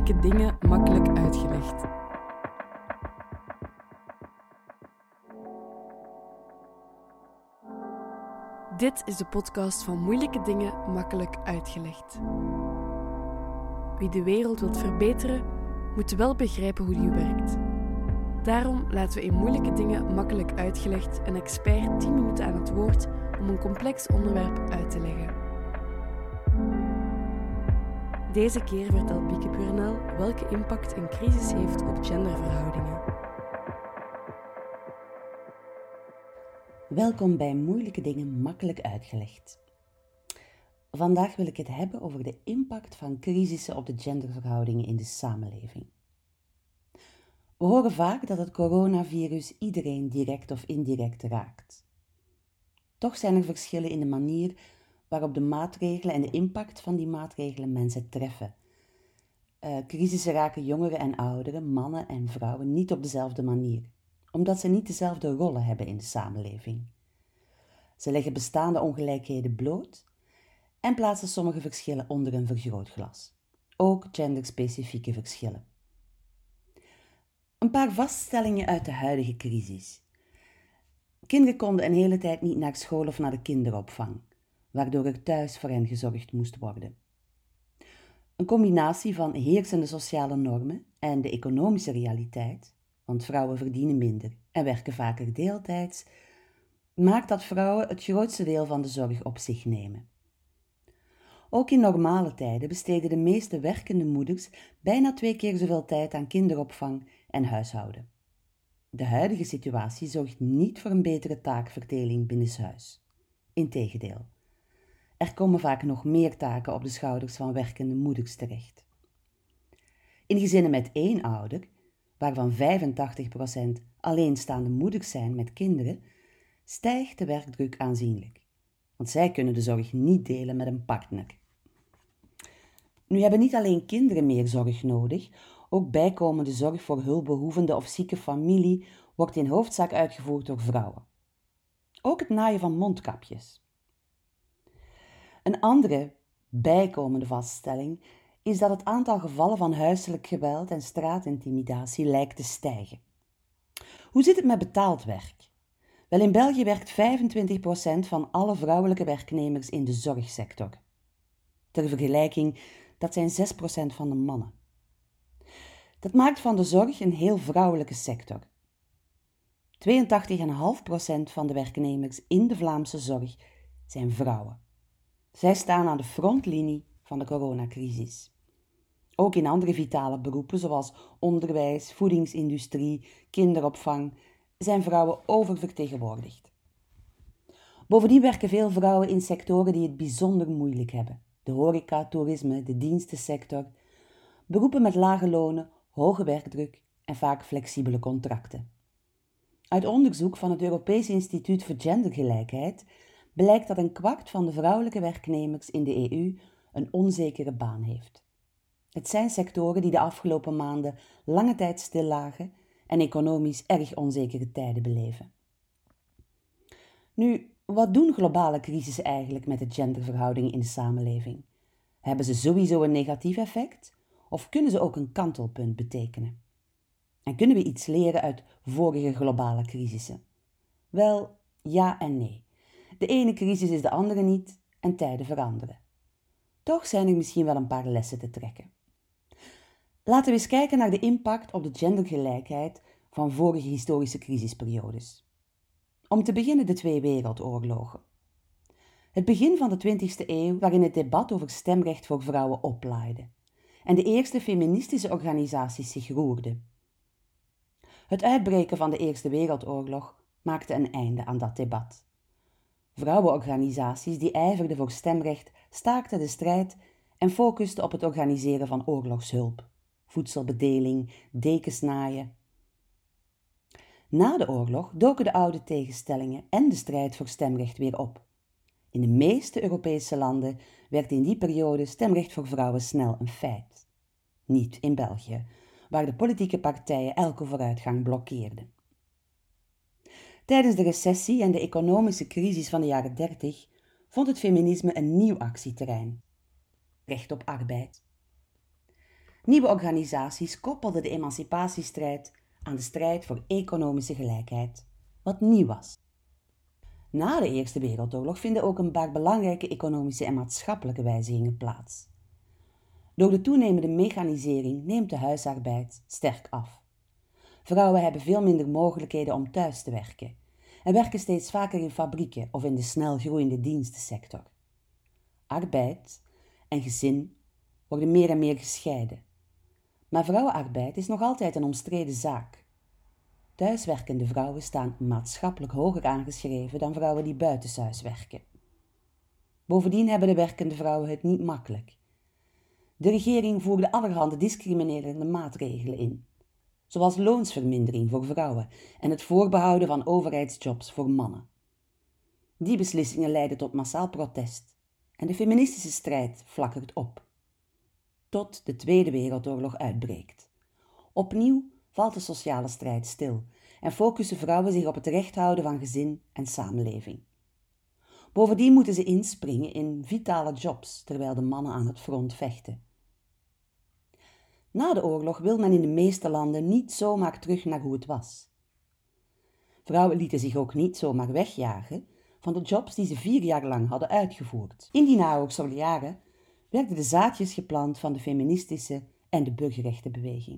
Moeilijke dingen makkelijk uitgelegd. Dit is de podcast van Moeilijke dingen makkelijk uitgelegd. Wie de wereld wilt verbeteren, moet wel begrijpen hoe die werkt. Daarom laten we in Moeilijke dingen makkelijk uitgelegd een expert 10 minuten aan het woord om een complex onderwerp uit te leggen. Deze keer vertelt Bieke Purnell welke impact een crisis heeft op genderverhoudingen. Welkom bij Moeilijke dingen makkelijk uitgelegd. Vandaag wil ik het hebben over de impact van crisissen op de genderverhoudingen in de samenleving. We horen vaak dat het coronavirus iedereen direct of indirect raakt. Toch zijn er verschillen in de manier waarop de maatregelen en de impact van die maatregelen mensen treffen. Crisissen raken jongeren en ouderen, mannen en vrouwen niet op dezelfde manier, omdat ze niet dezelfde rollen hebben in de samenleving. Ze leggen bestaande ongelijkheden bloot en plaatsen sommige verschillen onder een vergrootglas. Ook genderspecifieke verschillen. Een paar vaststellingen uit de huidige crisis. Kinderen konden een hele tijd niet naar school of naar de kinderopvang, waardoor er thuis voor hen gezorgd moest worden. Een combinatie van heersende sociale normen en de economische realiteit, want vrouwen verdienen minder en werken vaker deeltijds, maakt dat vrouwen het grootste deel van de zorg op zich nemen. Ook in normale tijden besteden de meeste werkende moeders bijna 2 keer zoveel tijd aan kinderopvang en huishouden. De huidige situatie zorgt niet voor een betere taakverdeling binnenshuis. Integendeel. Er komen vaak nog meer taken op de schouders van werkende moeders terecht. In gezinnen met 1 ouder, waarvan 85% alleenstaande moeders zijn met kinderen, stijgt de werkdruk aanzienlijk. Want zij kunnen de zorg niet delen met een partner. Nu hebben niet alleen kinderen meer zorg nodig, ook bijkomende zorg voor hulpbehoevende of zieke familie wordt in hoofdzaak uitgevoerd door vrouwen. Ook het naaien van mondkapjes. Een andere bijkomende vaststelling is dat het aantal gevallen van huiselijk geweld en straatintimidatie lijkt te stijgen. Hoe zit het met betaald werk? Wel, in België werkt 25% van alle vrouwelijke werknemers in de zorgsector. Ter vergelijking, dat zijn 6% van de mannen. Dat maakt van de zorg een heel vrouwelijke sector. 82,5% van de werknemers in de Vlaamse zorg zijn vrouwen. Zij staan aan de frontlinie van de coronacrisis. Ook in andere vitale beroepen zoals onderwijs, voedingsindustrie, kinderopvang zijn vrouwen oververtegenwoordigd. Bovendien werken veel vrouwen in sectoren die het bijzonder moeilijk hebben. De horeca, toerisme, de dienstensector, beroepen met lage lonen, hoge werkdruk en vaak flexibele contracten. Uit onderzoek van het Europees Instituut voor Gendergelijkheid blijkt dat 1/4 van de vrouwelijke werknemers in de EU een onzekere baan heeft. Het zijn sectoren die de afgelopen maanden lange tijd stil lagen en economisch erg onzekere tijden beleven. Nu, wat doen globale crisissen eigenlijk met de genderverhoudingen in de samenleving? Hebben ze sowieso een negatief effect of kunnen ze ook een kantelpunt betekenen? En kunnen we iets leren uit vorige globale crisissen? Wel, ja en nee. De ene crisis is de andere niet en tijden veranderen. Toch zijn er misschien wel een paar lessen te trekken. Laten we eens kijken naar de impact op de gendergelijkheid van vorige historische crisisperiodes. Om te beginnen de 2 wereldoorlogen. Het begin van de 20e eeuw waarin het debat over stemrecht voor vrouwen oplaaide en de eerste feministische organisaties zich roerden. Het uitbreken van de Eerste Wereldoorlog maakte een einde aan dat debat. Vrouwenorganisaties die ijverden voor stemrecht staakten de strijd en focusten op het organiseren van oorlogshulp, voedselbedeling, dekens naaien. Na de oorlog doken de oude tegenstellingen en de strijd voor stemrecht weer op. In de meeste Europese landen werd in die periode stemrecht voor vrouwen snel een feit. Niet in België, waar de politieke partijen elke vooruitgang blokkeerden. Tijdens de recessie en de economische crisis van de jaren 30 vond het feminisme een nieuw actieterrein: recht op arbeid. Nieuwe organisaties koppelden de emancipatiestrijd aan de strijd voor economische gelijkheid, wat nieuw was. Na de Eerste Wereldoorlog vinden ook een paar belangrijke economische en maatschappelijke wijzigingen plaats. Door de toenemende mechanisering neemt de huisarbeid sterk af. Vrouwen hebben veel minder mogelijkheden om thuis te werken en werken steeds vaker in fabrieken of in de snel groeiende dienstensector. Arbeid en gezin worden meer en meer gescheiden. Maar vrouwenarbeid is nog altijd een omstreden zaak. Thuiswerkende vrouwen staan maatschappelijk hoger aangeschreven dan vrouwen die buitenshuis werken. Bovendien hebben de werkende vrouwen het niet makkelijk. De regering voerde allerhande discriminerende maatregelen in, zoals loonsvermindering voor vrouwen en het voorbehouden van overheidsjobs voor mannen. Die beslissingen leidden tot massaal protest en de feministische strijd flakkert op, tot de Tweede Wereldoorlog uitbreekt. Opnieuw valt de sociale strijd stil en focussen vrouwen zich op het recht houden van gezin en samenleving. Bovendien moeten ze inspringen in vitale jobs, terwijl de mannen aan het front vechten. Na de oorlog wil men in de meeste landen niet zomaar terug naar hoe het was. Vrouwen lieten zich ook niet zomaar wegjagen van de jobs die ze 4 jaar lang hadden uitgevoerd. In die naoorlogse jaren werden de zaadjes geplant van de feministische en de burgerrechtenbeweging.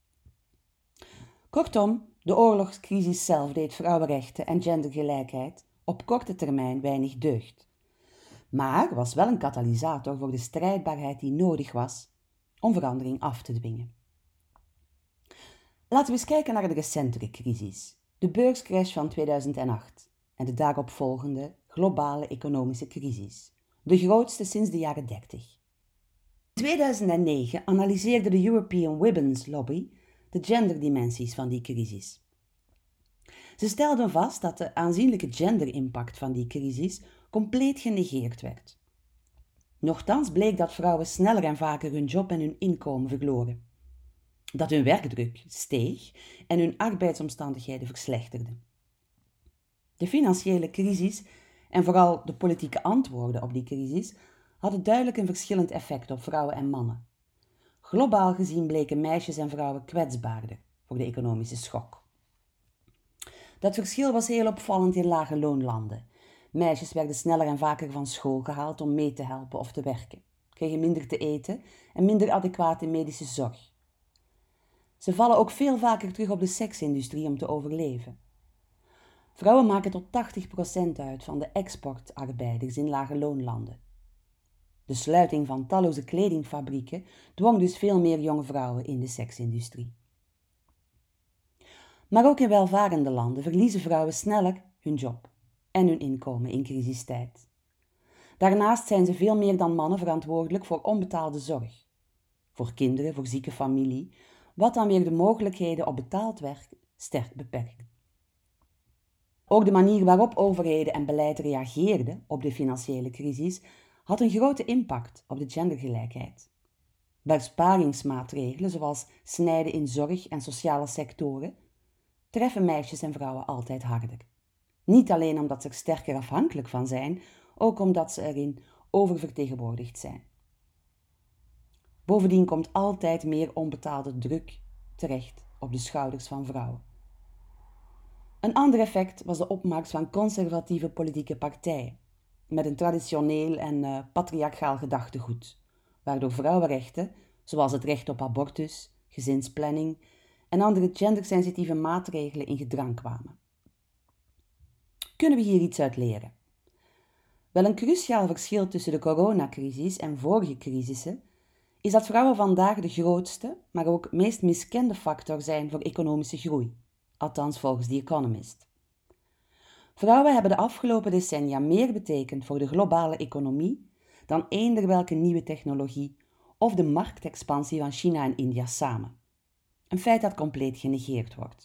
Kortom, de oorlogscrisis zelf deed vrouwenrechten en gendergelijkheid op korte termijn weinig deugd, maar was wel een katalysator voor de strijdbaarheid die nodig was om verandering af te dwingen. Laten we eens kijken naar de recentere crisis, de beurscrash van 2008 en de daaropvolgende globale economische crisis, de grootste sinds de jaren 30. In 2009 analyseerde de European Women's Lobby de genderdimensies van die crisis. Ze stelden vast dat de aanzienlijke genderimpact van die crisis compleet genegeerd werd. Nochtans bleek dat vrouwen sneller en vaker hun job en hun inkomen verloren, dat hun werkdruk steeg en hun arbeidsomstandigheden verslechterden. De financiële crisis en vooral de politieke antwoorden op die crisis hadden duidelijk een verschillend effect op vrouwen en mannen. Globaal gezien bleken meisjes en vrouwen kwetsbaarder voor de economische schok. Dat verschil was heel opvallend in lage loonlanden. Meisjes werden sneller en vaker van school gehaald om mee te helpen of te werken, kregen minder te eten en minder adequate medische zorg. Ze vallen ook veel vaker terug op de seksindustrie om te overleven. Vrouwen maken tot 80% uit van de exportarbeiders in lage loonlanden. De sluiting van talloze kledingfabrieken dwong dus veel meer jonge vrouwen in de seksindustrie. Maar ook in welvarende landen verliezen vrouwen sneller hun job en hun inkomen in crisistijd. Daarnaast zijn ze veel meer dan mannen verantwoordelijk voor onbetaalde zorg, voor kinderen, voor zieke familie, wat dan weer de mogelijkheden op betaald werk sterk beperkt. Ook de manier waarop overheden en beleid reageerden op de financiële crisis had een grote impact op de gendergelijkheid. Besparingsmaatregelen zoals snijden in zorg en sociale sectoren treffen meisjes en vrouwen altijd harder. Niet alleen omdat ze er sterker afhankelijk van zijn, ook omdat ze erin oververtegenwoordigd zijn. Bovendien komt altijd meer onbetaalde druk terecht op de schouders van vrouwen. Een ander effect was de opmars van conservatieve politieke partijen, met een traditioneel en patriarchaal gedachtegoed, waardoor vrouwenrechten, zoals het recht op abortus, gezinsplanning en andere gendersensitieve maatregelen in gedrang kwamen. Kunnen we hier iets uit leren? Wel, een cruciaal verschil tussen de coronacrisis en vorige crisissen is dat vrouwen vandaag de grootste, maar ook meest miskende factor zijn voor economische groei, althans volgens The Economist. Vrouwen hebben de afgelopen decennia meer betekend voor de globale economie dan eender welke nieuwe technologie of de marktexpansie van China en India samen. Een feit dat compleet genegeerd wordt.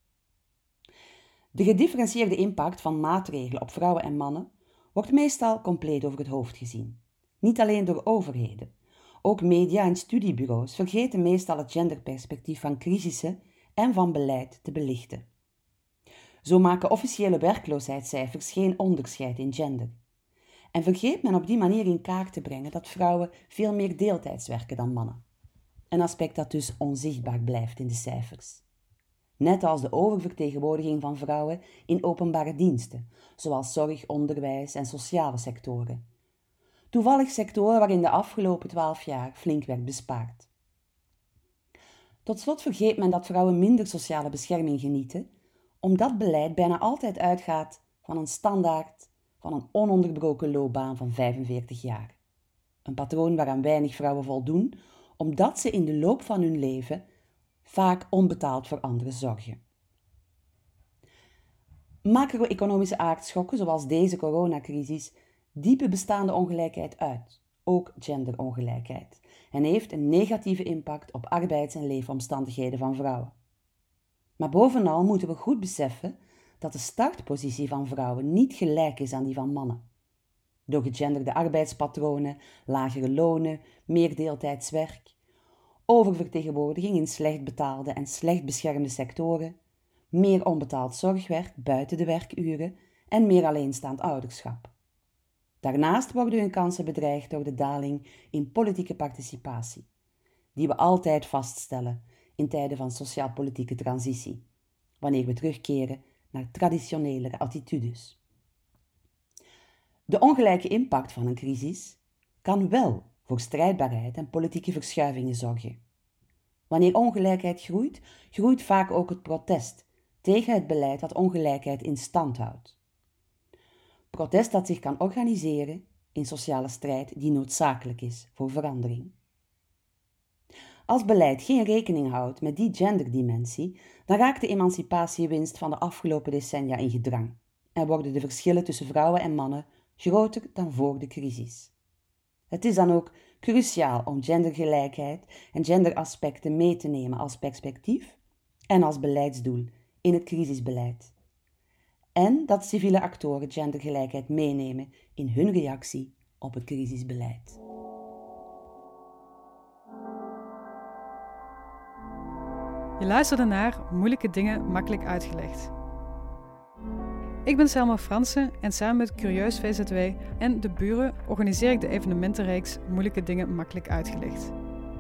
De gedifferentieerde impact van maatregelen op vrouwen en mannen wordt meestal compleet over het hoofd gezien. Niet alleen door overheden. Ook media en studiebureaus vergeten meestal het genderperspectief van crisissen en van beleid te belichten. Zo maken officiële werkloosheidscijfers geen onderscheid in gender. En vergeet men op die manier in kaart te brengen dat vrouwen veel meer deeltijds werken dan mannen. een aspect dat dus onzichtbaar blijft in de cijfers. Net als de oververtegenwoordiging van vrouwen in openbare diensten, zoals zorg, onderwijs en sociale sectoren. Toevallig sectoren waarin de afgelopen 12 jaar flink werd bespaard. Tot slot vergeet men dat vrouwen minder sociale bescherming genieten, omdat beleid bijna altijd uitgaat van een standaard, van een ononderbroken loopbaan van 45 jaar. Een patroon waaraan weinig vrouwen voldoen, omdat ze in de loop van hun leven vaak onbetaald voor anderen zorgen. Macro-economische aardschokken, zoals deze coronacrisis, diepen bestaande ongelijkheid uit, ook genderongelijkheid, en heeft een negatieve impact op arbeids- en leefomstandigheden van vrouwen. Maar bovenal moeten we goed beseffen dat de startpositie van vrouwen niet gelijk is aan die van mannen. Door gegenderde arbeidspatronen, lagere lonen, meer deeltijdswerk, oververtegenwoordiging in slecht betaalde en slecht beschermde sectoren, meer onbetaald zorgwerk buiten de werkuren en meer alleenstaand ouderschap. Daarnaast worden hun kansen bedreigd door de daling in politieke participatie, die we altijd vaststellen in tijden van sociaal-politieke transitie, wanneer we terugkeren naar traditionelere attitudes. De ongelijke impact van een crisis kan wel voor strijdbaarheid en politieke verschuivingen zorgen. Wanneer ongelijkheid groeit, groeit vaak ook het protest tegen het beleid dat ongelijkheid in stand houdt. Protest dat zich kan organiseren in sociale strijd die noodzakelijk is voor verandering. Als beleid geen rekening houdt met die genderdimensie, dan raakt de emancipatiewinst van de afgelopen decennia in gedrang en worden de verschillen tussen vrouwen en mannen groter dan voor de crisis. Het is dan ook cruciaal om gendergelijkheid en genderaspecten mee te nemen als perspectief en als beleidsdoel in het crisisbeleid. En dat civiele actoren gendergelijkheid meenemen in hun reactie op het crisisbeleid. Je luisterde naar Moeilijke dingen makkelijk uitgelegd. Ik ben Selma Fransen en samen met Curieus VZW en De Buren organiseer ik de evenementenreeks Moeilijke dingen makkelijk uitgelegd.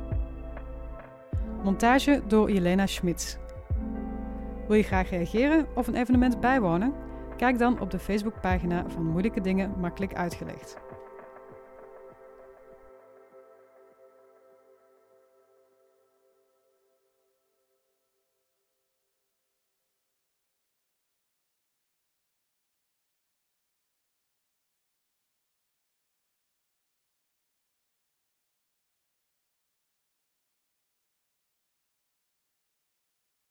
Montage door Jelena Schmitz. Wil je graag reageren of een evenement bijwonen? Kijk dan op de Facebookpagina van Moeilijke dingen makkelijk uitgelegd.